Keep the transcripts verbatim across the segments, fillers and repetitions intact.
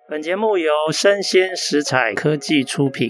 本节目由生鲜食材科技出品。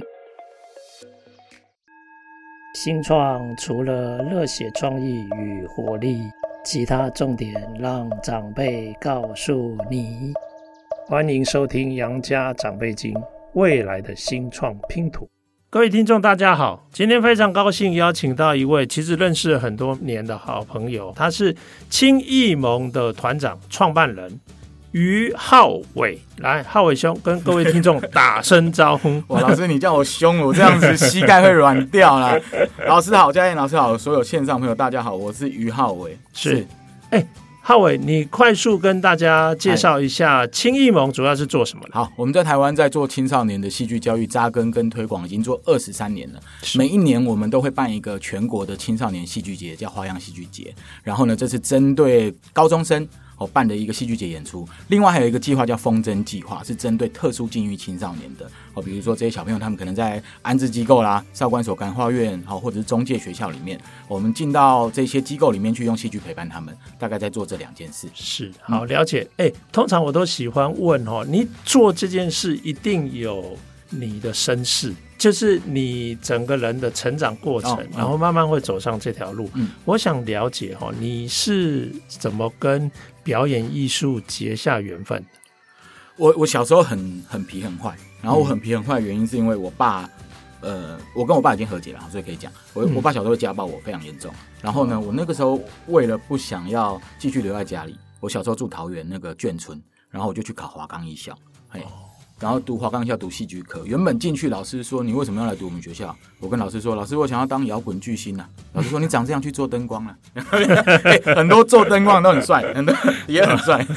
新创除了热血创意与活力，其他重点让长辈告诉你。欢迎收听杨家长辈经，未来的新创拼图。各位听众大家好，今天非常高兴邀请到一位其实认识很多年的好朋友，他是轻艺盟的团长创办人于浩伟。来，浩伟兄跟各位听众打声招呼。 哇，老师你叫我凶，我这样子膝盖会软掉啦。老师好，嘉燕老师好，所有线上朋友大家好，我是于浩伟。 是，哎，浩伟，你快速跟大家介绍一下轻艺盟主要是做什么的？ 好，我们在台湾在做青少年的戏剧教育扎根跟推广，已经做二十三年了。每一年我们都会办一个全国的青少年戏剧节，叫花样戏剧节。然后呢，这是针对高中生哦办的一个戏剧节演出。另外还有一个计划叫风筝计划，是针对特殊境遇青少年的哦，比如说这些小朋友他们可能在安置机构啦、少管所、感化院，好或者是中介学校里面，我们进到这些机构里面去用戏剧陪伴他们，大概在做这两件事。 是，好了解。哎、嗯，通常我都喜欢问哦，你做这件事一定有你的身世，就是你整个人的成长过程，哦嗯、然后慢慢会走上这条路。嗯，我想了解哦，你是怎么跟表演艺术结下缘分的？ 我我小时候很很皮很坏，然后我很皮很坏的原因是因为我爸，呃，我跟我爸已经和解了，所以可以讲，我我爸小时候家暴我非常严重。然后呢，我那个时候为了不想要继续留在家里，我小时候住桃园那个眷村，然后我就去考华冈艺校，嘿。然后读华冈艺校读戏剧科，原本进去老师说你为什么要来读我们学校？我跟老师说，老师我想要当摇滚巨星啊。老师说你长这样去做灯光啊。欸、很多做灯光都很帅，很多也很帅。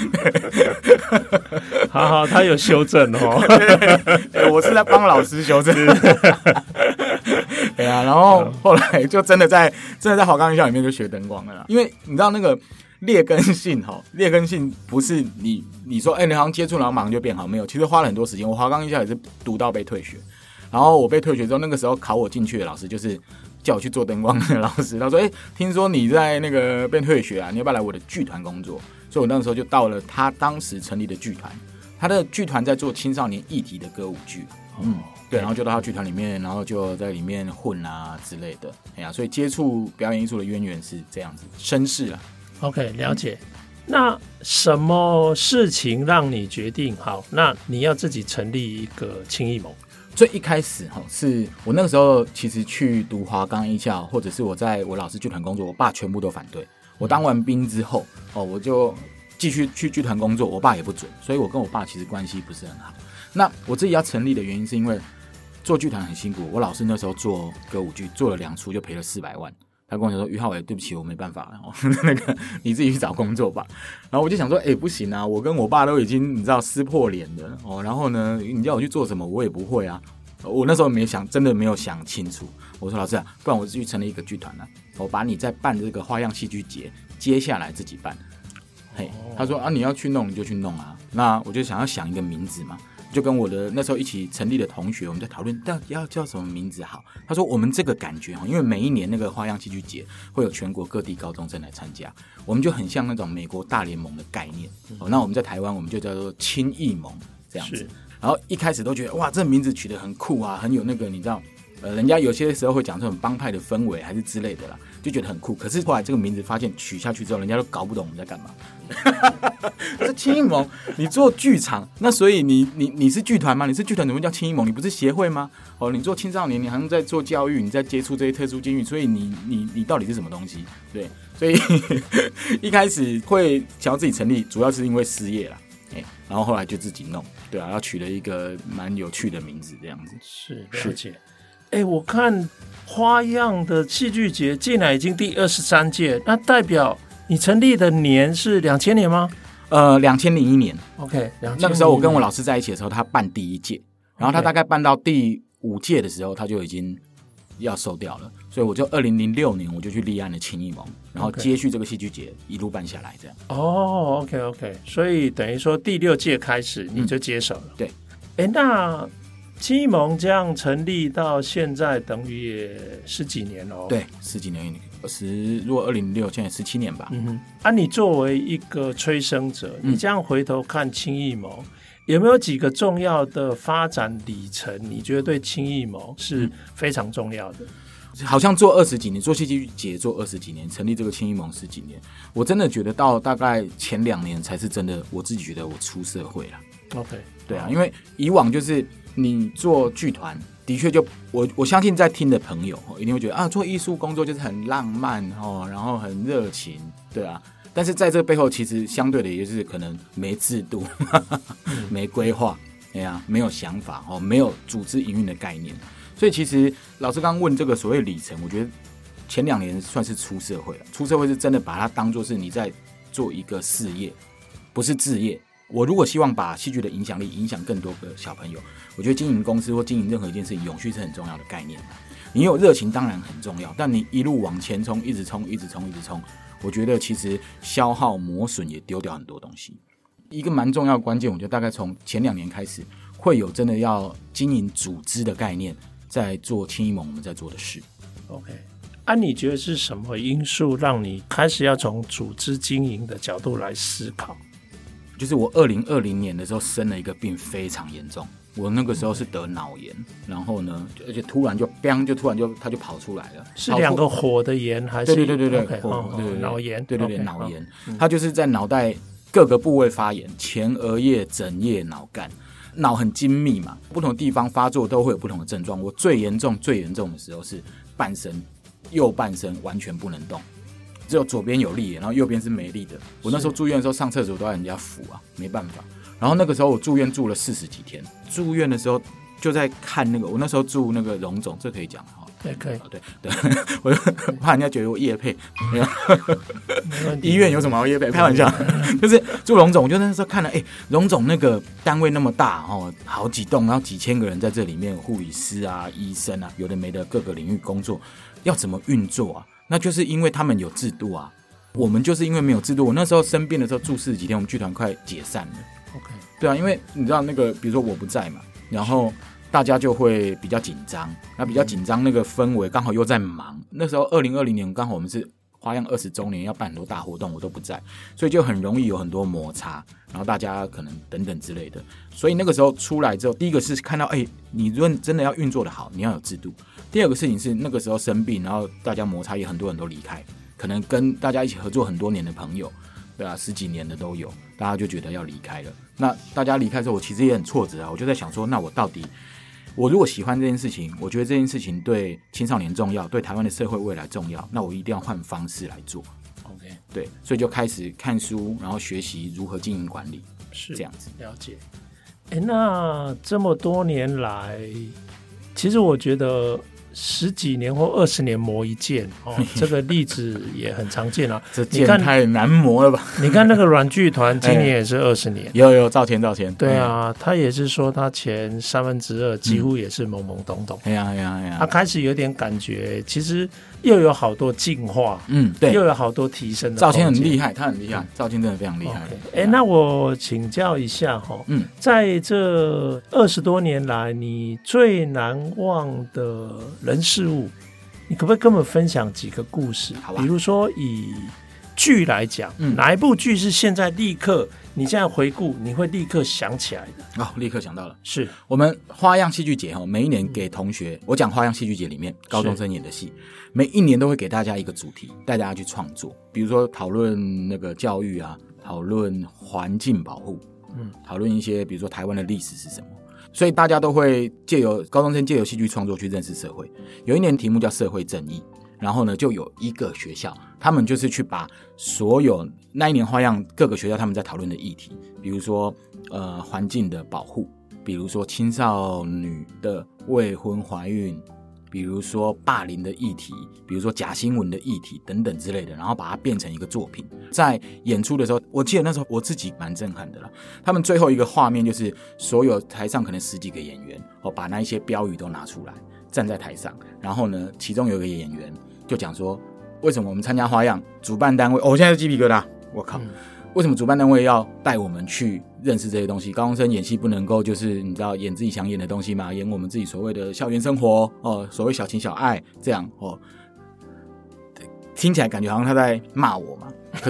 好好，他有修正哦。 欸、我是在帮老师修正。对啊，然后后来就真的在真的在华冈艺校里面就学灯光了啦，因为你知道那个。劣根性哈，劣根性不是你你说哎、欸，你好像接触然后马上就变好，没有，其实花了很多时间。我华冈艺校也是读到被退学，然后我被退学之后，那个时候考我进去的老师就是叫我去做灯光的老师，他说哎、欸，听说你在那个被退学啊，你要不要来我的剧团工作？所以我那个时候就到了他当时成立的剧团，他的剧团在做青少年议题的歌舞剧，嗯，对，然后就到他剧团里面，然后就在里面混啊之类的，哎呀，所以接触表演艺术的渊源是这样子，绅士啦。 OK， 了解。那什么事情让你决定好？那你要自己成立一个轻艺盟？ 最一开始是我那个时候其实去读华冈艺校，或者是我在我老师剧团工作，我爸全部都反对。我当完兵之后，哦，我就继续去剧团工作，我爸也不准，所以我跟我爸其实关系不是很好。那我自己要成立的原因是因为做剧团很辛苦，我老师那时候做歌舞剧做了两出就赔了四百万。他跟我讲说：“于浩伟，对不起，我没办法了，那个你自己去找工作吧。”然后我就想说：“哎、欸，不行啊，我跟我爸都已经你知道撕破脸了哦。然后呢，你叫我去做什么，我也不会啊。我那时候没想，真的没有想清楚。我说老师啊，不然我去成立一个剧团啊，我把你在办这个花样戏剧节，接下来自己办。嘿，他说啊，你要去弄你就去弄啊。那我就想要想一个名字嘛。”就跟我的那时候一起成立的同学，我们在讨论到底要叫什么名字好。他说我们这个感觉，因为每一年那个花样戏剧节会有全国各地高中生来参加，我们就很像那种美国大联盟的概念。哦，那我们在台湾我们就叫做轻艺盟这样子。然后一开始都觉得哇，这名字取得很酷啊，很有那个你知道，呃，人家有些时候会讲这种帮派的氛围还是之类的啦，就觉得很酷。可是后来这个名字发现取下去之后，人家都搞不懂我们在干嘛。这轻艺盟，你做剧场，那所以你你你是剧团吗？你是剧团怎么叫轻艺盟？你不是协会吗？哦，你做青少年，你好像在做教育，你在接触这些特殊境遇，所以你你你到底是什么东西？对，所以一开始会想要自己成立，主要是因为失业啦，哎，然后后来就自己弄，对啊，然后取了一个蛮有趣的名字，这样子。 是，了解。哎，我看花样的戏剧节竟然已经第二十三届，那代表你成立的年是两千年吗？ 呃，两千零一年。 OK， 那个时候我跟我老师在一起的时候，他办第一届，然后他大概办到第五届的时候，他就已经要收掉了，所以我就二零零六年我就去立案了轻艺盟，然后接续这个戏剧节一路办下来，这样。 哦 ，OK OK， 所以等于说第六届开始你就接手了。嗯、 对， 哎，那轻艺盟这样成立到现在，等于也十几年了。 对，十几年，十如果二零零六，现在十七年吧。 嗯哼，啊，你作为一个催生者，你这样回头看轻艺盟， 有没有几个重要的发展里程你觉得对青艺盟是非常重要的？ 好像做二十几年，做戏剧节做二十几年，成立这个青艺盟十几年，我真的觉得到大概前两年才是真的，我自己觉得我出社会了。 OK， 对啊，因为以往就是你做剧团，的确就我我相信在听的朋友一定会觉得啊，做艺术工作就是很浪漫哦，然后很热情，对啊。但是在这背后，其实相对的也就是可能没制度、没规划，哎呀，没有想法哦，没有组织营运的概念。所以其实老师刚刚问这个所谓里程，我觉得前两年算是出社会了。出社会是真的把它当作是你在做一个事业，不是志业。我如果希望把戏剧的影响力影响更多个小朋友，我觉得经营公司或经营任何一件事情，永续是很重要的概念。你有热情当然很重要，但你一路往前冲，一直冲，一直冲，一直冲，我觉得其实消耗磨损也丢掉很多东西。一个蛮重要的关键，我觉得大概从前两年开始，会有真的要经营组织的概念，在做青艺盟我们在做的事。 OK， 啊，你觉得是什么因素让你开始要从组织经营的角度来思考？ 就是我二零二零年的时候生了一个病，非常严重。我那个时候是得脑炎，然后呢，而且突然就 biang 就突然就它就跑出来了。 是两个火的炎还是？ 对对对对 okay, 火哦、 对对对脑炎， 对对对 okay, 脑炎、 嗯， 它就是在脑袋各个部位发炎，前额叶、枕叶、脑干。脑很精密嘛，不同的地方发作都会有不同的症状。我最严重、最严重的时候是半身，右半身完全不能动，只有左边有力，然后右边是没力的。我那时候住院的时候上厕所都要人家扶啊，没办法。然后那个时候我住院住了四十几天，住院的时候就在看那个，我那时候住那个荣总，这可以讲哈。 对，可以。 对对，我就怕人家觉得我业配，没有。医院有什么好业配？开玩笑，就是住荣总，我就那时候看了，哎，荣总那个单位那么大哦，好几栋，然后几千个人在这里面，护理师啊、医生啊，有的没的各个领域工作，要怎么运作啊？那就是因为他们有制度啊，我们就是因为没有制度。我那时候生病的时候住四十几天，我们剧团快解散了。 OK， 对啊，因为你知道那个，比如说我不在嘛，然后大家就会比较紧张，那比较紧张那个氛围刚好又在忙。那时候二零二零年刚好我们是花样二十周年，要办很多大活动，我都不在，所以就很容易有很多摩擦，然后大家可能等等之类的。所以那个时候出来之后，第一个是看到，哎、欸，你如果真的要运作的好，你要有制度。第二个事情是那个时候生病，然后大家摩擦也很多人都离开，可能跟大家一起合作很多年的朋友，对啊，十几年的都有，大家就觉得要离开了。那大家离开之后，我其实也很挫折啊，我就在想说，那我到底。我如果喜欢这件事情，我觉得这件事情对青少年重要，对台湾的社会未来重要，那我一定要换方式来做。 OK， 对，所以就开始看书，然后学习如何经营管理，是这样子。 了解。哎，那这么多年来，其实我觉得十几年或二十年磨一剑哦，这个例子也很常见啊。 这剑太难磨了吧？ 你看那个软剧团，今年也是二十年。欸、 有有，赵天赵天。 对啊，他也是说他前三分之二几乎也是懵懵懂懂。 哎呀哎呀哎呀， 他开始有点感觉，其实又有好多进化，嗯，对，又有好多提升的。 赵天很厉害，他很厉害，赵天真的非常厉害。 哎、okay 欸，那我请教一下哈，嗯，在这二十多年来，你最难忘的人事物，你可不可以跟我们分享几个故事？好吧，比如说以剧来讲、嗯，哪一部剧是现在立刻你现在回顾你会立刻想起来的？ 哦，立刻想到了， 是我们花样戏剧节每一年给同学，嗯、我讲花样戏剧节里面高中生演的戏，每一年都会给大家一个主题，带大家去创作，比如说讨论那个教育啊，讨论环境保护，嗯，讨论一些比如说台湾的历史是什么。所以大家都会借由高中生借由戏剧创作去认识社会。有一年题目叫社会正义，然后呢就有一个学校，他们就是去把所有那一年花样各个学校他们在讨论的议题，比如说呃环境的保护，比如说青少女的未婚怀孕，比如说霸凌的议题，比如说假新闻的议题等等之类的，然后把它变成一个作品。在演出的时候，我记得那时候我自己蛮震撼的啦。他们最后一个画面就是所有台上可能十几个演员，哦，把那一些标语都拿出来，站在台上，然后呢，其中有一个演员就讲说，为什么我们参加花样主办单位，哦，我现在是鸡皮疙瘩，我靠。嗯，为什么主办单位要带我们去认识这些东西？高中生演戏不能够就是你知道演自己想演的东西嘛，演我们自己所谓的校园生活哦，所谓小情小爱这样哦，听起来感觉好像他在骂我嘛。可是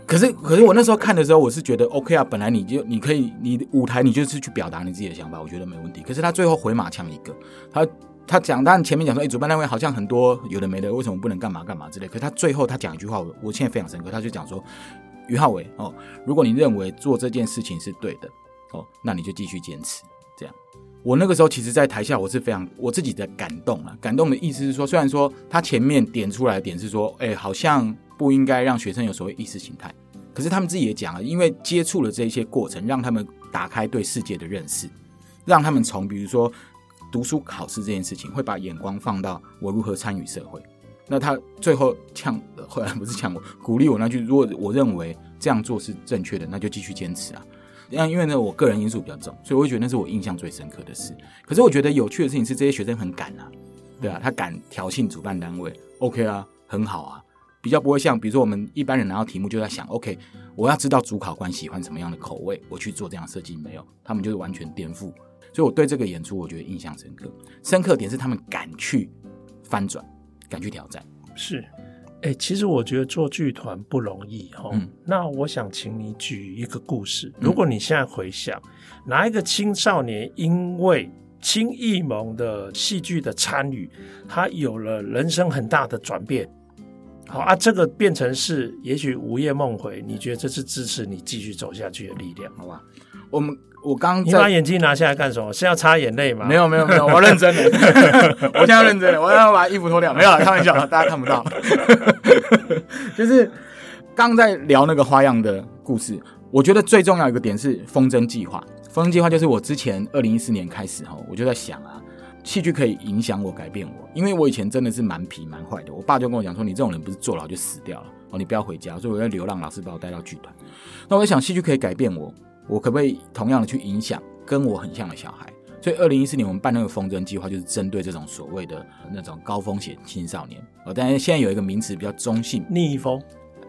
可是可是我那时候看的时候，我是觉得 OK 啊，本来你就你可以你舞台你就是去表达你自己的想法，我觉得没问题。可是他最后回马枪一个，他他讲，当然前面讲说，哎、欸，主办单位好像很多有的没的，为什么不能干嘛干嘛之类。可是他最后他讲一句话，我我现在非常深刻，他就讲说，于浩伟哦，如果你认为做这件事情是对的哦，那你就继续坚持。这样，我那个时候其实，在台下我是非常我自己的感动啊，感动的意思是说，虽然说他前面点出来的点是说，哎、欸，好像不应该让学生有所谓意识形态，可是他们自己也讲了，因为接触了这一些过程，让他们打开对世界的认识，让他们从比如说读书考试这件事情，会把眼光放到我如何参与社会。那他最后呛，后来不是呛我，鼓励我那句，如果我认为这样做是正确的，那就继续坚持啊。因为呢，我个人因素比较重，所以我会觉得那是我印象最深刻的事。可是我觉得有趣的事情是，这些学生很敢啊，对啊，他敢挑衅主办单位 ，OK 啊，很好啊。比较不会像比如说我们一般人拿到题目就在想 OK 我要知道主考官喜欢什么样的口味，我去做这样的设计，没有，他们就是完全颠覆。所以我对这个演出我觉得印象深刻，深刻点是他们敢去翻转，敢去挑战。 是欸，其实我觉得做剧团不容易、哦嗯、那我想请你举一个故事，如果你现在回想、嗯、哪一个青少年因为青艺盟的戏剧的参与，他有了人生很大的转变，好啊，这个变成是也许午夜梦回，你觉得这是支持你继续走下去的力量？ 好吧，我们我刚你把眼镜拿下来干什么？是要擦眼泪吗？ 没有没有没有，我要认真的，我现在要认真的，我要把衣服脱掉，没有，开玩笑，大家看不到。就是刚在聊那个花样的故事，我觉得最重要一个点是风筝计划。风筝计划就是我之前二零一四年开始哈，我就在想啊。戏剧可以影响我，改变我，因为我以前真的是蛮皮蛮坏的。我爸就跟我讲说，你这种人不是坐牢就死掉了哦，你不要回家。所以我在流浪，老师把我带到剧团。那我在想，戏剧可以改变我，我可不可以同样的去影响跟我很像的小孩？所以二零一四年我们办那个风筝计划，就是针对这种所谓的那种高风险青少年哦。但是现在有一个名词比较中性， 逆风。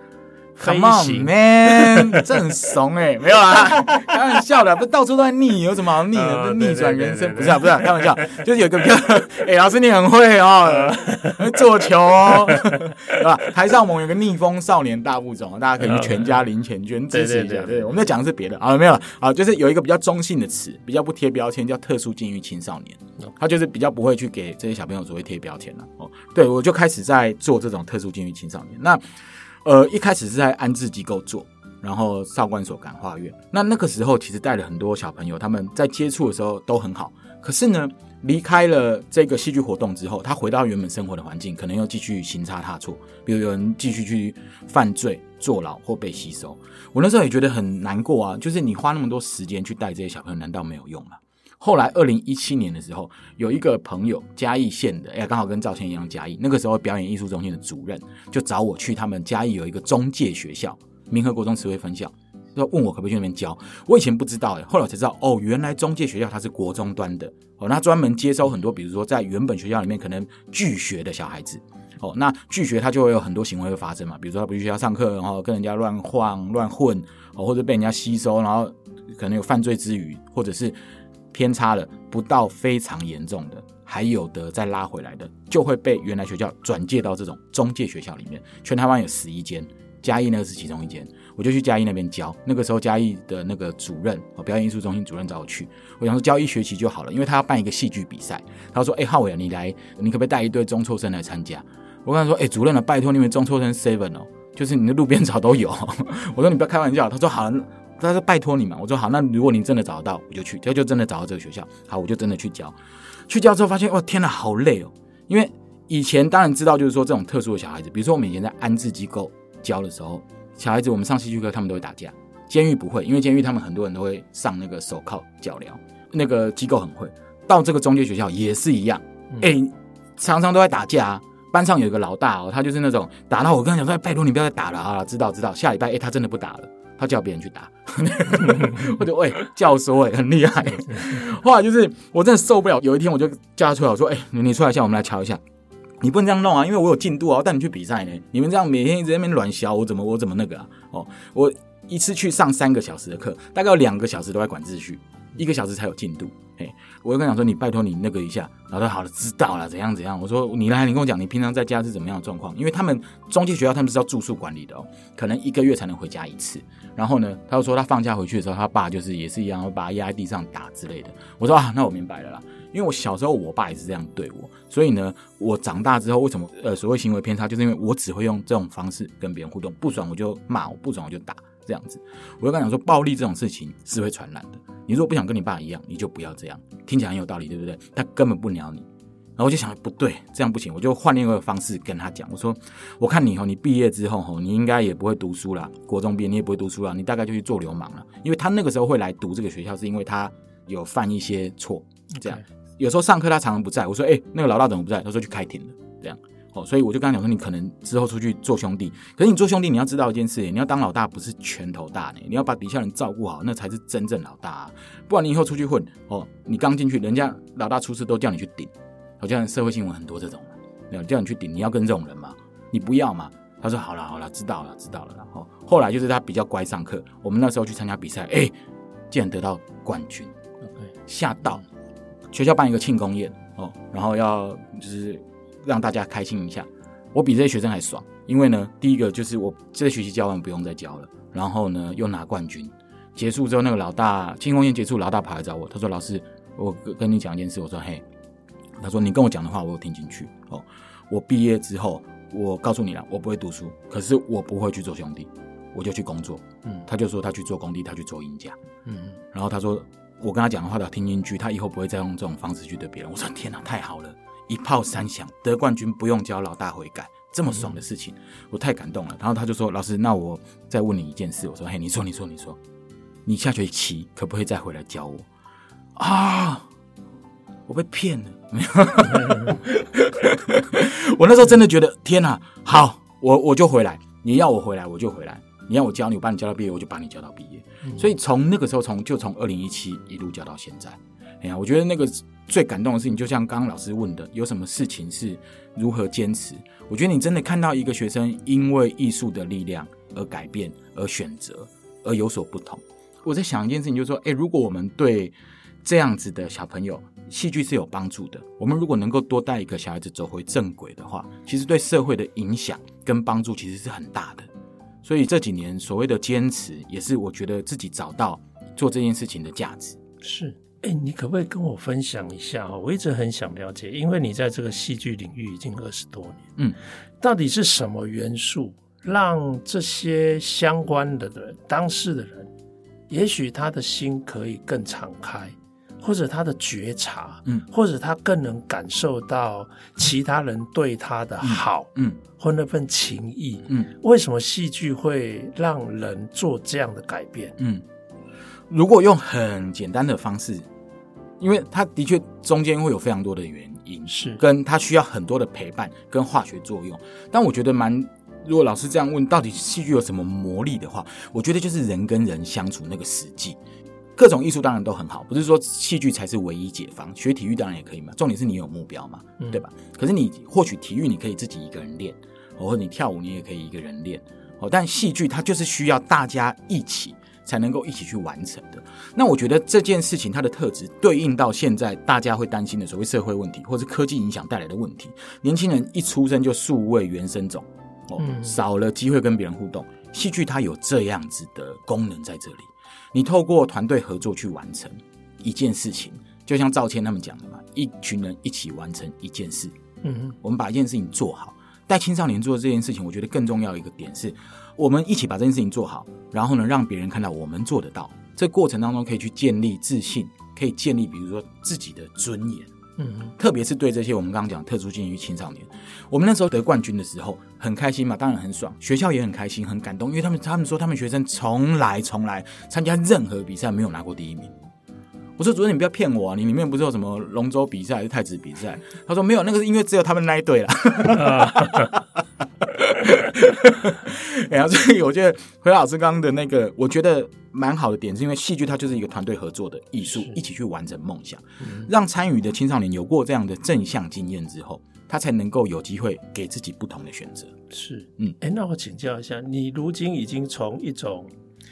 Come on man， 这很怂哎、欸，没有啦，开玩笑的，不是到处都在逆，有什么好逆的？哦、逆转人生，不是啊，不是、啊，开玩笑，就是有一个比较，哎、欸，老师你很会哦，会做球哦，对吧？台上盟有个逆风少年大物种，大家可以去全家零钱捐支持一下。对, 对, 对, 对，我们在讲的是别的啊，没有啊，就是有一个比较中性的词，比较不贴标签，叫特殊境遇青少年，他就是比较不会去给这些小朋友所谓贴标签了哦。对，我就开始在做这种特殊境遇青少年，那。呃，一开始是在安置机构做，然后少管所感化院。那那个时候其实带了很多小朋友，他们在接触的时候都很好。可是呢，离开了这个戏剧活动之后，他回到原本生活的环境，可能又继续行差踏错，比如有人继续去犯罪、坐牢或被吸收。我那时候也觉得很难过啊，就是你花那么多时间去带这些小朋友，难道没有用吗？后来二零一七年的时候，有一个朋友嘉义县的，哎，刚好跟赵谦一样嘉义，那个时候表演艺术中心的主任就找我去他们嘉义有一个中介学校，民和国中慈惠分校，就问我可不可以去那边教。我以前不知道哎，后来我才知道哦，原来中介学校它是国中端的哦，那专门接收很多，比如说在原本学校里面可能拒学的小孩子哦，那拒学他就会有很多行为会发生嘛，比如说他不去学校上课，然后跟人家乱晃乱混哦，或者被人家吸收，然后可能有犯罪之余，或者是。偏差了不到非常严重的，还有的再拉回来的，就会被原来学校转介到这种中介学校里面。全台湾有十一间，嘉义那个是其中一间，我就去嘉义那边教。那个时候嘉义的那个主任，表演艺术中心主任找我去，我想说教一学期就好了，因为他要办一个戏剧比赛。他说：“哎、欸，浩伟，你来，你可不可以带一堆中辍生来参加？”我跟他说：“哎、欸，主任啊，拜托你们中辍生 seven 哦，就是你的路边草都有。”我说：“你不要开玩笑。”他说：“好。”他说拜托你嘛，我说好，那如果你真的找得到，我就去，他就真的找到这个学校，好，我就真的去教，去教之后发现，哇，天哪，好累哦！因为以前当然知道，就是说这种特殊的小孩子，比如说我们以前在安置机构教的时候，小孩子我们上戏剧课，他们都会打架，监狱不会，因为监狱他们很多人都会上那个手铐脚镣，那个机构很会。到这个中介学校也是一样，哎、嗯欸，常常都在打架啊。班上有一个老大哦，他就是那种打到我跟他讲说，拜托你不要再打了啊，知道知道，下礼拜哎、欸，他真的不打了。他叫别人去打，我就喂、欸、教唆哎、欸，很厉害。后来就是我真的受不了，有一天我就叫他出来，我说：“哎、欸，你出来一下，我们来瞧一下。你不能这样弄啊，因为我有进度啊，我带你去比赛呢。你们这样每天一直在那边乱削，我怎么我怎么那个啊？哦，我一次去上三个小时的课，大概有两个小时都在管秩序，一个小时才有进度。 嘿，我就跟他讲说，你拜托你那个一下，然后他好了，知道了，怎样怎样。我说你来，你跟我讲，你平常在家是怎么样的状况？因为他们中介学校他们是要住宿管理的哦，可能一个月才能回家一次。然后呢，他就说他放假回去的时候，他爸就是也是一样，会把他压在地上打之类的。我说啊，那我明白了啦，因为我小时候我爸也是这样对我，所以呢，我长大之后为什么呃所谓行为偏差，就是因为我只会用这种方式跟别人互动，不爽我就骂，我不爽我就打。这样子，我就跟他讲说，暴力这种事情是会传染的。你如果不想跟你爸一样，你就不要这样。听起来很有道理，对不对？他根本不鸟你。然后我就想，不对，这样不行，我就换另外一个方式跟他讲。我说，我看你你毕业之后你应该也不会读书啦，国中毕业你也不会读书啦，你大概就去做流氓了。因为他那个时候会来读这个学校，是因为他有犯一些错。这样， okay. 有时候上课他常常不在，我说，哎、欸，那个老大怎么不在？他说去开庭了。这样。哦，所以我就跟他讲说，你可能之后出去做兄弟，可是你做兄弟，你要知道一件事，你要当老大不是拳头大呢，你要把底下人照顾好，那才是真正老大啊。不然你以后出去混，哦，你刚进去，人家老大出事都叫你去顶，好像社会新闻很多这种，叫你去顶，你要跟这种人吗？你不要嘛。他说好了好了，知道了知道了。然后后来就是他比较乖上课，我们那时候去参加比赛，哎，竟然得到冠军，吓到，学校办一个庆功宴哦，然后要就是让大家开心一下。我比这些学生还爽，因为呢，第一个就是我这个学期教完不用再教了，然后呢又拿冠军。结束之后，那个老大庆功宴结束，老大跑来找我，他说：“老师，我跟你讲一件事。”我说：“嘿。”他说：“你跟我讲的话，我有听进去哦。我毕业之后，我告诉你了，我不会读书，可是我不会去做兄弟，我就去工作。”嗯，他就说他去做工地，他去做印假。嗯，然后他说我跟他讲的话他听进去，他以后不会再用这种方式去对别人。我说：“天哪，太好了！一炮三响，得冠军不用教老大悔改，这么爽的事情，我太感动了。”然后他就说：“老师，那我再问你一件事。”我说：“嘿，你说，你说，你说，你下学期可不可以再回来教我？”啊，我被骗了。我那时候真的觉得天哪，好，我我就回来，你要我回来我就回来，你要我教你，我把你教到毕业，我就把你教到毕业。嗯、所以从那个时候从就从二零一七一路教到现在。哎呀，我觉得那个最感动的事情，就像刚刚老师问的，有什么事情是如何坚持？我觉得你真的看到一个学生因为艺术的力量而改变、而选择、而有所不同。我在想一件事情，就是说，哎，如果我们对这样子的小朋友，戏剧是有帮助的。我们如果能够多带一个小孩子走回正轨的话，其实对社会的影响跟帮助其实是很大的。所以这几年所谓的坚持，也是我觉得自己找到做这件事情的价值。 是。欸，你可不可以跟我分享一下？我一直很想了解，因为你在这个戏剧领域已经二十多年，嗯，到底是什么元素让这些相关的人、当事的人，也许他的心可以更敞开，或者他的觉察，嗯，或者他更能感受到其他人对他的好，嗯，或那份情谊，嗯，为什么戏剧会让人做这样的改变？嗯。 如果用很简单的方式，因为它的确中间会有非常多的原因，是跟它需要很多的陪伴跟化学作用。但我觉得蛮，如果老师这样问，到底戏剧有什么魔力的话，我觉得就是人跟人相处那个实际。各种艺术当然都很好，不是说戏剧才是唯一解放，学体育当然也可以嘛。重点是你有目标嘛，嗯、对吧？可是你或许体育你可以自己一个人练，或者你跳舞你也可以一个人练，但戏剧它就是需要大家一起。才能够一起去完成的。那我觉得这件事情它的特质对应到现在大家会担心的所谓社会问题，或是科技影响带来的问题。年轻人一出生就数位原生种、哦嗯、少了机会跟别人互动。戏剧它有这样子的功能在这里，你透过团队合作去完成一件事情，就像赵谦他们讲的嘛，一群人一起完成一件事。嗯，我们把一件事情做好。带青少年做这件事情，我觉得更重要一个点是，我们一起把这件事情做好，然后呢，让别人看到我们做得到。这过程当中可以去建立自信，可以建立比如说自己的尊严。嗯，特别是对这些我们刚刚讲特殊境遇青少年，我们那时候得冠军的时候很开心嘛，当然很爽，学校也很开心很感动，因为他们他们说他们学生从来从来参加任何比赛没有拿过第一名。我说主任你不要骗我啊，你里面不是有什么龙舟比赛还是太子比赛？他说没有，那个是因为只有他们那一队啦。然后所以我觉得回老师刚刚的那个我觉得蛮好的点，是因为戏剧它就是一个团队合作的艺术，一起去完成梦想、嗯、让参与的青少年有过这样的正向经验之后，他才能够有机会给自己不同的选择。 是，嗯，哎，那我请教一下，你如今已经从一种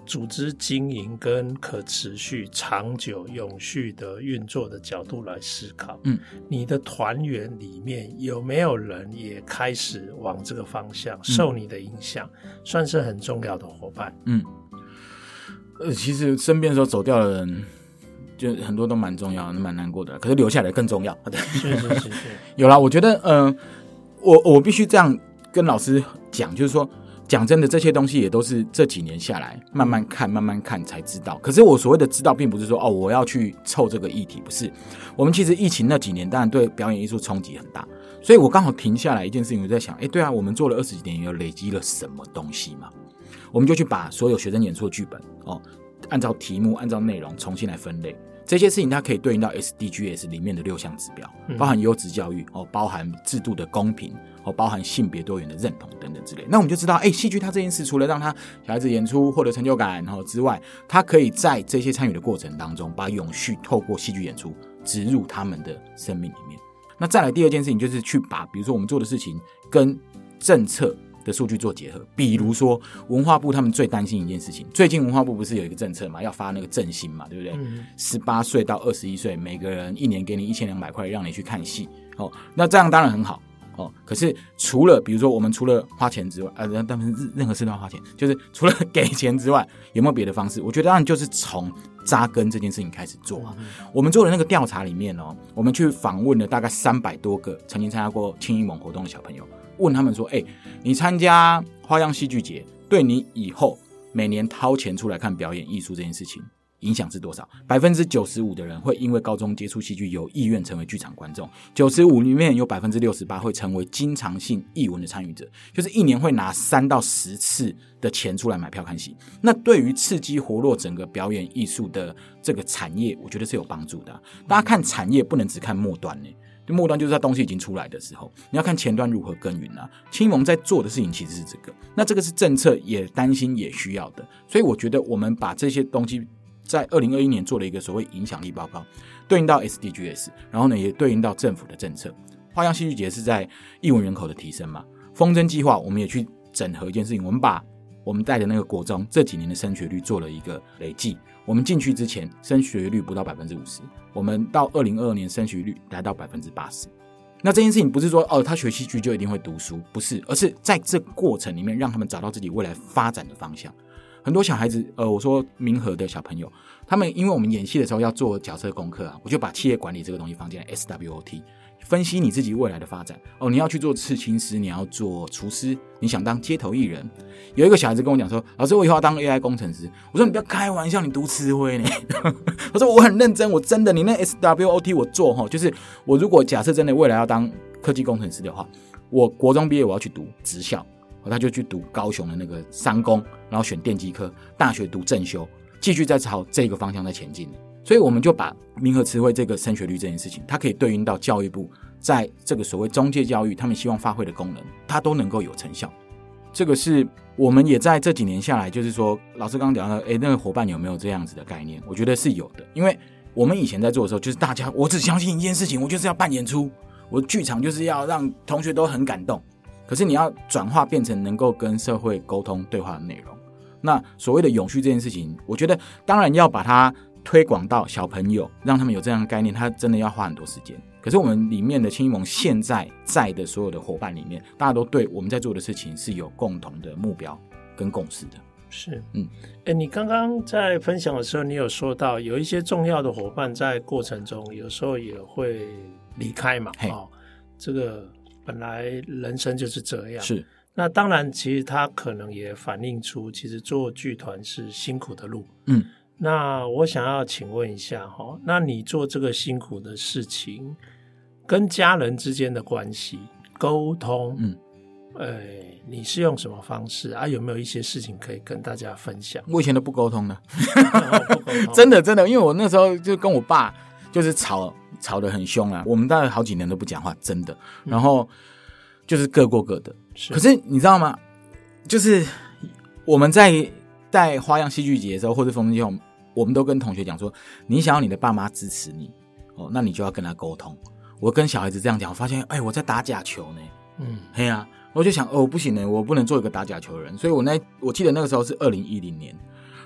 组织经营跟可持续、长久、永续的运作的角度来思考，嗯，你的团员里面有没有人也开始往这个方向，受你的影响，嗯，算是很重要的伙伴。嗯， 呃，其实身边的时候走掉的人，就很多都蛮重要的，蛮难过的，可是留下来更重要。 是是是是， 有啦，我觉得，呃，我我必须这样跟老师讲，就是说。讲真的，这些东西也都是这几年下来慢慢看慢慢看才知道。可是我所谓的知道并不是说哦我要去凑这个议题，不是。我们其实疫情那几年当然对表演艺术冲击很大，所以我刚好停下来一件事情，我在想，哎，对啊，我们做了二十几年，有累积了什么东西嘛？我们就去把所有学生演出的剧本哦，按照题目按照内容重新来分类。这些事情它可以对应到 S D G S 里面的六项指标，包含优质教育哦，包含制度的公平哦，包含性别多元的认同等等之类。那我们就知道，哎，戏剧它这件事除了让他小孩子演出获得成就感然后之外，它可以在这些参与的过程当中，把永续透过戏剧演出植入他们的生命里面。那再来第二件事情，就是去把比如说我们做的事情跟政策的数据做结合，比如说文化部他们最担心一件事情，最近文化部不是有一个政策嘛，要发那个振兴嘛，对不对？十八岁到二十一岁，每个人一年给你一千两百块，让你去看戏哦，那这样当然很好哦。可是除了比如说我们除了花钱之外，呃，当然任何事都要花钱，就是除了给钱之外，有没有别的方式？我觉得当然就是从扎根这件事情开始做啊。我们做的那个调查里面哦，我们去访问了大概三百多个曾经参加过青艺盟活动的小朋友。问他们说，欸，你参加花样戏剧节对你以后每年掏钱出来看表演艺术这件事情影响是多少？ 百分之九十五 的人会因为高中接触戏剧有意愿成为剧场观众， 九十五 里面有 百分之六十八 会成为经常性艺文的参与者，就是一年会拿三到十次的钱出来买票看戏。那对于刺激活络整个表演艺术的这个产业，我觉得是有帮助的啊。大家看产业不能只看末端呢，末端就是它东西已经出来的时候，你要看前端如何耕耘啊。青盟在做的事情其实是这个，那这个是政策也担心也需要的，所以我觉得我们把这些东西在二零二一年做了一个所谓影响力报告，对应到 S D G S， 然后呢也对应到政府的政策。花样戏剧节是在艺文人口的提升嘛，风筝计划我们也去整合一件事情，我们把我们带的那个国中这几年的升学率做了一个累计，我们进去之前升学率不到 百分之五十， 我们到二零二二年升学率来到 百分之八十。 那这件事情不是说哦，他学戏剧就一定会读书，不是，而是在这个过程里面让他们找到自己未来发展的方向。很多小孩子呃，我说民和的小朋友，他们因为我们演戏的时候要做角色功课啊，我就把企业管理这个东西放进来 S W O T， 分析你自己未来的发展哦，你要去做刺青师，你要做厨师，你想当街头艺人。有一个小孩子跟我讲说，老师我以后要当 A I 工程师。我说你不要开玩笑，你读词汇呢？我说我很认真，我真的，你那 S W O T 我做齁，就是我如果假设真的未来要当科技工程师的话，我国中毕业我要去读职校，他就去读高雄的那个商工，然后选电机科，大学读正修，继续再朝这个方向在前进。所以我们就把民和词汇这个升学率这件事情，它可以对应到教育部在这个所谓中介教育他们希望发挥的功能，它都能够有成效。这个是我们也在这几年下来，就是说老师刚刚讲到诶那个伙伴有没有这样子的概念，我觉得是有的。因为我们以前在做的时候，就是大家我只相信一件事情，我就是要办演出，我剧场就是要让同学都很感动。可是你要转化变成能够跟社会沟通对话的内容，那所谓的永续这件事情，我觉得当然要把它推广到小朋友，让他们有这样的概念，它真的要花很多时间。可是我们里面的青艺盟现在在的所有的伙伴里面，大家都对我们在做的事情是有共同的目标跟共识的。 是，嗯，欸，你刚刚在分享的时候，你有说到有一些重要的伙伴在过程中有时候也会离开嘛，哦，这个本来人生就是这样。是，那当然其实它可能也反映出其实做剧团是辛苦的路。嗯，那我想要请问一下，那你做这个辛苦的事情跟家人之间的关系沟通，嗯，呃，你是用什么方式啊？有没有一些事情可以跟大家分享？ 我以前都不沟通的不沟通真的真的，因为我那时候就跟我爸就是吵吵得很凶啊，我们大概好几年都不讲话，真的，然后就是各过各的。可是你知道吗，就是我们在带花样戏剧节的时候或者风筝节，我们都跟同学讲说，你想要你的爸妈支持你，哦，那你就要跟他沟通。我跟小孩子这样讲，我发现哎，我在打假球呢。嗯，嘿啊，我就想哦，不行呢，我不能做一个打假球的人。所以我那我记得那个时候是二零一零年，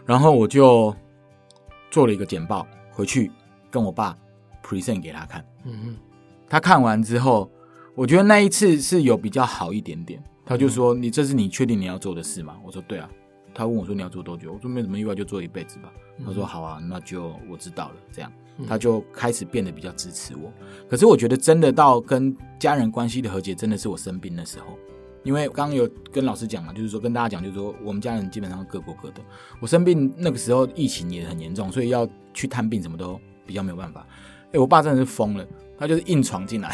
然后我就做了一个简报回去跟我爸 present 给他看。嗯，他看完之后，我觉得那一次是有比较好一点点。他就说：“你这是你确定你要做的事吗？”我说：“对啊。”他问我说：“你要做多久？”我说：“没什么意外，就做一辈子吧。”他说：“好啊，那就我知道了。”这样，他就开始变得比较支持我。可是我觉得真的到跟家人关系的和解，真的是我生病的时候。因为刚刚有跟老师讲嘛，就是说跟大家讲，就是说我们家人基本上各过各的。我生病那个时候疫情也很严重，所以要去探病什么都比较没有办法。哎，我爸真的是疯了，他就是硬闯进来，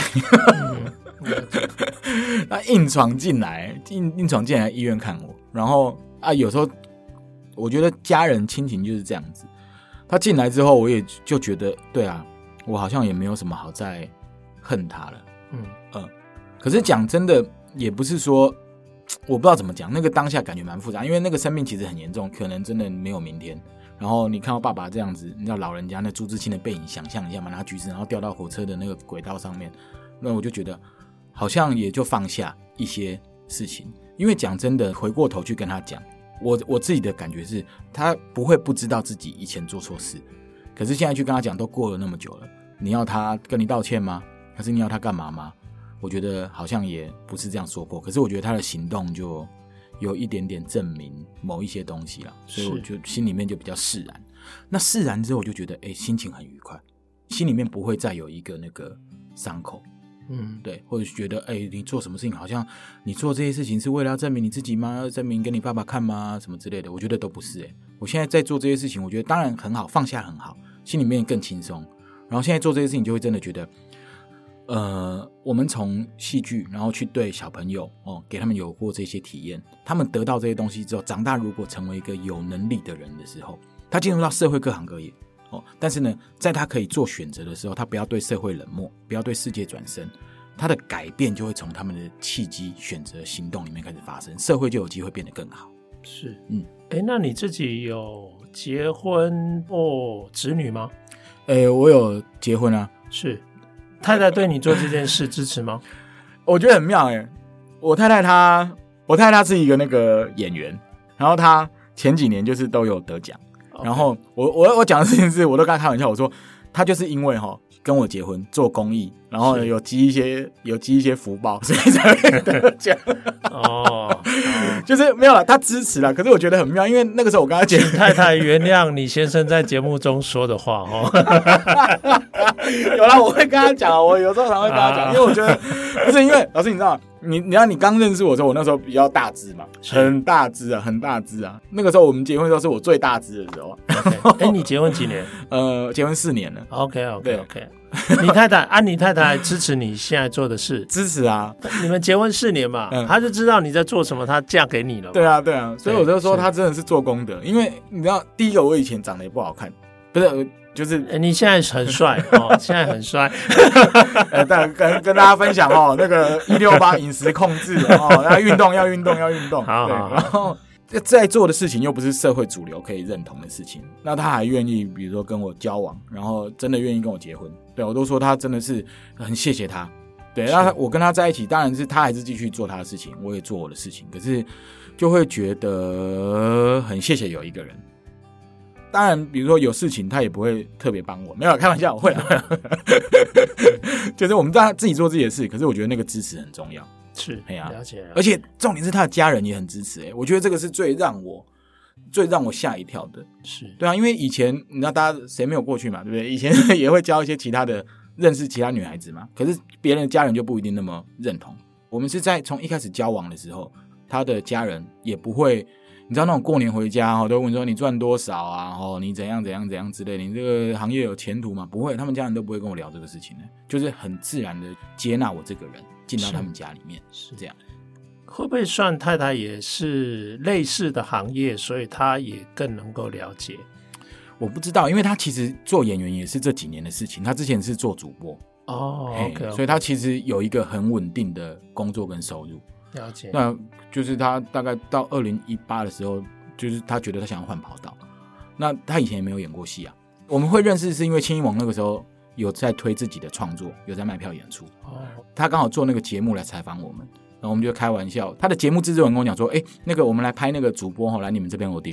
他硬闯进来，硬硬闯进来医院看我。然后啊，有时候我觉得家人亲情就是这样子。他进来之后，我也就觉得，对啊，我好像也没有什么好再恨他了。嗯嗯，可是讲真的。也不是说我不知道怎么讲，那个当下感觉蛮复杂，因为那个生病其实很严重，可能真的没有明天。然后你看到爸爸这样子，你知道老人家那朱自清的背影，想象一下嘛，拿橘子然后掉到火车的那个轨道上面，那我就觉得好像也就放下一些事情。因为讲真的，回过头去跟他讲，我我自己的感觉是，他不会不知道自己以前做错事，可是现在去跟他讲，都过了那么久了，你要他跟你道歉吗？还是你要他干嘛吗？我觉得好像也不是这样说破，可是我觉得他的行动就有一点点证明某一些东西啦，所以我就心里面就比较释然。那释然之后，我就觉得，哎，心情很愉快，心里面不会再有一个那个伤口，嗯，对，或者觉得，哎，你做什么事情，好像你做这些事情是为了要证明你自己吗？要证明给你爸爸看吗？什么之类的，我觉得都不是。哎，我现在在做这些事情，我觉得当然很好，放下很好，心里面更轻松。然后现在做这些事情，就会真的觉得。呃，我们从戏剧，然后去对小朋友哦，给他们有过这些体验，他们得到这些东西之后，长大如果成为一个有能力的人的时候，他进入到社会各行各业哦，但是呢，在他可以做选择的时候，他不要对社会冷漠，不要对世界转身，他的改变就会从他们的契机、选择、行动里面开始发生，社会就有机会变得更好。 是，嗯，哎，那你自己有结婚或子女吗？ 哎，我有结婚啊， 是。太太对你做这件事支持吗？ 我觉得很妙耶。我太太她，我太太她是一个那个演员，然后她前几年就是都有得奖。Okay. 然后我我我讲的事情是，我都跟她开玩笑，我说她就是因为哈跟我结婚做公益，然后有积一些有积一些福报，所以才会得奖。哦，就是没有啦，她支持啦。可是我觉得很妙，因为那个时候我跟她讲， 请太太原谅你先生在节目中说的话哦。 有啦，我会跟他讲，我有时候常会跟他讲，啊、因为我觉得不是因为老师，你知道吗？你你要你刚认识我的时候，我那时候比较大只嘛，很大只啊，很大只啊。那个时候我们结婚的时候是我最大只的时候。哎、 okay. 欸，你结婚几年？ 呃，结婚四年了。 OK OK OK。你太太啊，你太太支持你现在做的事？ 支持啊！ 你们结婚四年嘛，嗯、她就知道你在做什么，她嫁给你了嘛。 对啊对啊，所以我就说她真的是做功德，因为你知道，第一个我以前长得也不好看，不是。就是、 欸、你现在很帅哦，现在很帅。 呃，但跟跟大家分享哦，那个一六八饮食控制哦，要运动，要运动，要运动。 好好好。 然后在做的事情又不是社会主流可以认同的事情，那他还愿意，比如说跟我交往，然后真的愿意跟我结婚，对我都说他真的是很谢谢他。对，那我跟他在一起，当然是他还是继续做他的事情，我也做我的事情，可是就会觉得很谢谢有一个人。当然比如说有事情他也不会特别帮我，没有开玩笑，我会啦就是我们大家自己做自己的事，可是我觉得那个支持很重要。 是，哎呀，了解了解。 而且重点是他的家人也很支持、欸、我觉得这个是最让我最让我吓一跳的。 是， 对啊，因为以前你知道大家谁没有过去嘛，对不对？以前也会教一些其他的，认识其他女孩子嘛，可是别人的家人就不一定那么认同。我们是在从一开始交往的时候，他的家人也不会，你知道那种过年回家哦，都会问说你赚多少啊，哦，你怎样怎样怎样之类的，你这个行业有前途吗？不会，他们家人都不会跟我聊这个事情的，就是很自然的接纳我这个人进到他们家里面，是这样。 会不会算太太也是类似的行业，所以他也更能够了解？ 我不知道，因为他其实做演员也是这几年的事情，他之前是做主播哦 ，OK， 所以他其实有一个很稳定的工作跟收入。 了解。 那就是他大概到二零一八的时候，就是他觉得他想要换跑道。那他以前也没有演过戏啊。我们会认识是因为青音网那个时候有在推自己的创作，有在卖票演出。哦，他刚好做那个节目来采访我们，然后我们就开玩笑，他的节目制作人跟我讲说：“哎、欸，那个我们来拍那个主播来你们这边 audition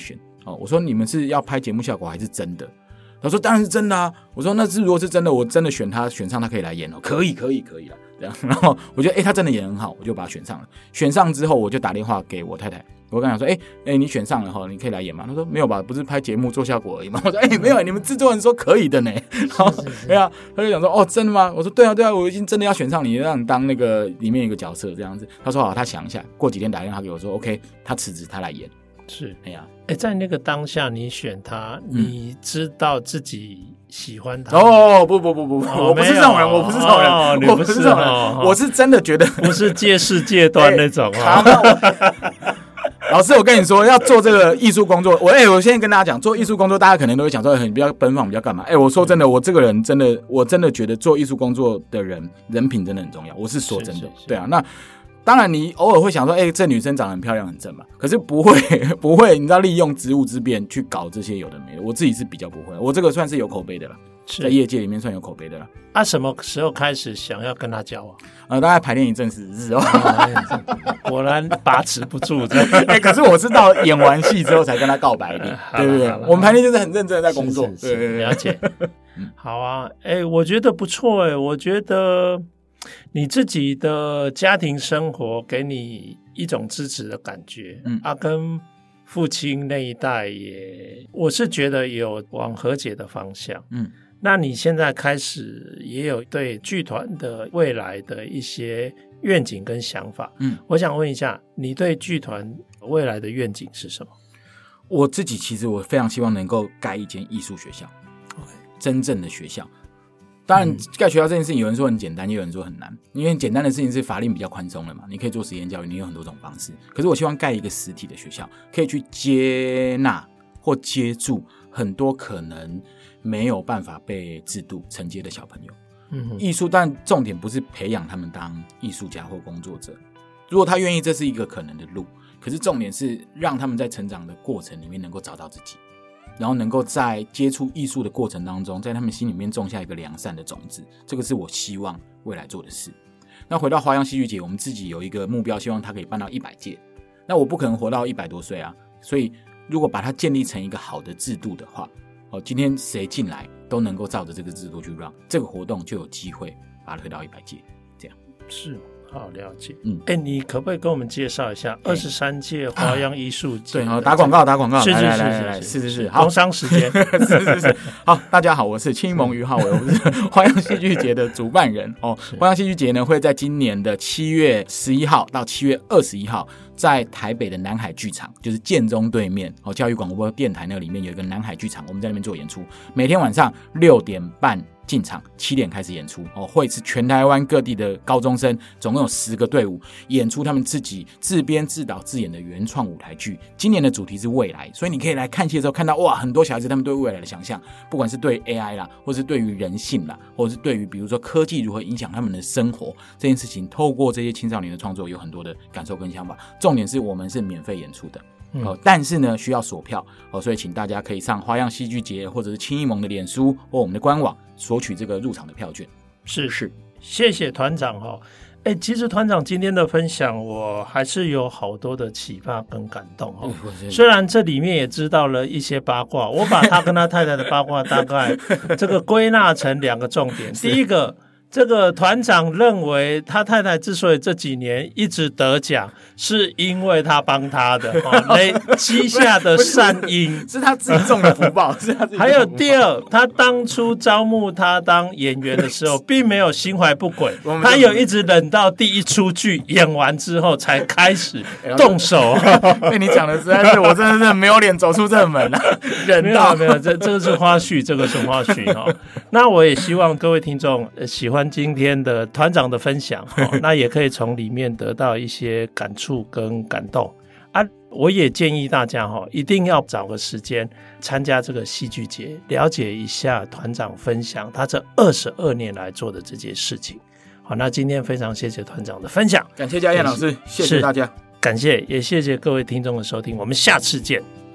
哦，我说你们是要拍节目效果还是真的？他说当然是真的啊。我说那是如果是真的，我真的选他选上，他可以来演哦，可以可以可以了。这样，然后我觉得哎、欸，他真的演很好，我就把他选上了。选上之后，我就打电话给我太太，我跟她说，哎、欸、哎、欸，你选上了哈，你可以来演吗？他说没有吧，不是拍节目做效果而已吗？我说哎、欸、没有，你们制作人说可以的呢。然后对啊，他就讲说哦真的吗？我说对啊对啊，我已经真的要选上你，让你当那个里面一个角色这样子。他说好，他想一下，过几天打电话给我说 OK， 他辞职，他来演。 是， 哎呀， 哎，在那个当下你选他，嗯、你知道自己喜欢他？ 哦，不不不不不，哦、我不是这种人，我不是这种人， 哦、 我不是这种人，哦、我是真的觉得不是借势借端那种啊。 老师，我跟你说，要做这个艺术工作，我哎、欸，我现在跟大家讲，做艺术工作，大家可能都会讲说很比较奔放，比较干嘛？哎、欸，我说真的，我这个人真的，我真的觉得做艺术工作的人人品真的很重要。我是说真的，是是是对啊，那。当然，你偶尔会想说，哎、欸，这女生长得很漂亮、很正嘛。可是不会，不会，你知道利用职务之便去搞这些有的没的。我自己是比较不会，我这个算是有口碑的了，在业界里面算有口碑的了。 啊，什么时候开始想要跟她交往？ 呃，大概排练一阵子日哦， 果然把持不住。 哎、欸，可是我是到演完戏之后才跟她告白的，对不对？我们排练就是很认真的在工作， 是是是对对对，了解。好啊，哎、欸，我觉得不错哎、欸，我觉得。你自己的家庭生活给你一种支持的感觉，嗯啊，跟父亲那一代也，我是觉得有往和解的方向，嗯，那你现在开始也有对剧团的未来的一些愿景跟想法，嗯，我想问一下，你对剧团未来的愿景是什么？ 我自己其实我非常希望能够盖一间艺术学校， okay. 真正的学校。当然盖学校这件事情有人说很简单，也有人说很难，因为简单的事情是法令比较宽松了嘛，你可以做实验教育，你有很多种方式。可是我希望盖一个实体的学校，可以去接纳或接住很多可能没有办法被制度承接的小朋友。嗯，艺术但重点不是培养他们当艺术家或工作者，如果他愿意，这是一个可能的路。可是重点是让他们在成长的过程里面能够找到自己，然后能够在接触艺术的过程当中，在他们心里面种下一个良善的种子，这个是我希望未来做的事。那回到花样戏剧节，我们自己有一个目标，希望它可以办到一百届。那我不可能活到一百多岁啊，所以如果把它建立成一个好的制度的话，哦，今天谁进来都能够照着这个制度去 run， 这个活动就有机会把它推到一百届。这样是。好，了解。嗯，哎，你可不可以跟我们介绍一下二十三届花样艺术节？ 对，好，打广告，打广告， 是是来是是是是是是， 好，工商时间， 是是是。好，大家好，我是青蒙于浩伟，我是花样戏剧节的主办人哦。花样戏剧节呢会在今年的七月十一号到七月二十一号，在台北的南海剧场，就是建中对面哦，教育广播电台那里面有一个南海剧场，我们在那边做演出，每天晚上六点半。进场七点开始演出哦，会是全台湾各地的高中生，总共有十个队伍演出他们自己自编自导自演的原创舞台剧。今年的主题是未来，所以你可以来看戏的时候看到哇，很多小孩子他们对未来的想象，不管是对 A I 啦，或是对于人性啦，或者是对于比如说科技如何影响他们的生活这件事情，透过这些青少年的创作有很多的感受跟想法。重点是我们是免费演出的。哦，但是呢，需要锁票哦，所以请大家可以上花样戏剧节或者是青艺盟的脸书或我们的官网索取这个入场的票券。 是是，谢谢团长哈。哎，其实团长今天的分享，我还是有好多的启发跟感动哈。虽然这里面也知道了一些八卦，我把他跟他太太的八卦大概这个归纳成两个重点。第一个。这个团长认为他太太之所以这几年一直得奖，是因为他帮他的，哦，累积下的善因， 是他自己种的福报。是他自己种的福报。 还有第二，他当初招募他当演员的时候，并没有心怀不轨，他有一直忍到第一出剧演完之后才开始动手。 被你讲的实在是，我真的是没有脸走出这门了。忍到没有没有，这这个是花絮，这个是花絮哈。那我也希望各位听众喜欢今天的团长的分享，哦，那也可以从里面得到一些感触跟感动啊。我也建议大家，哦，一定要找个时间参加这个戏剧节，了解一下团长分享他这二十二年来做的这件事情。好，那今天非常谢谢团长的分享， 感谢嘉燕老师，谢谢大家， 感谢也谢谢各位听众的收听，我们下次见。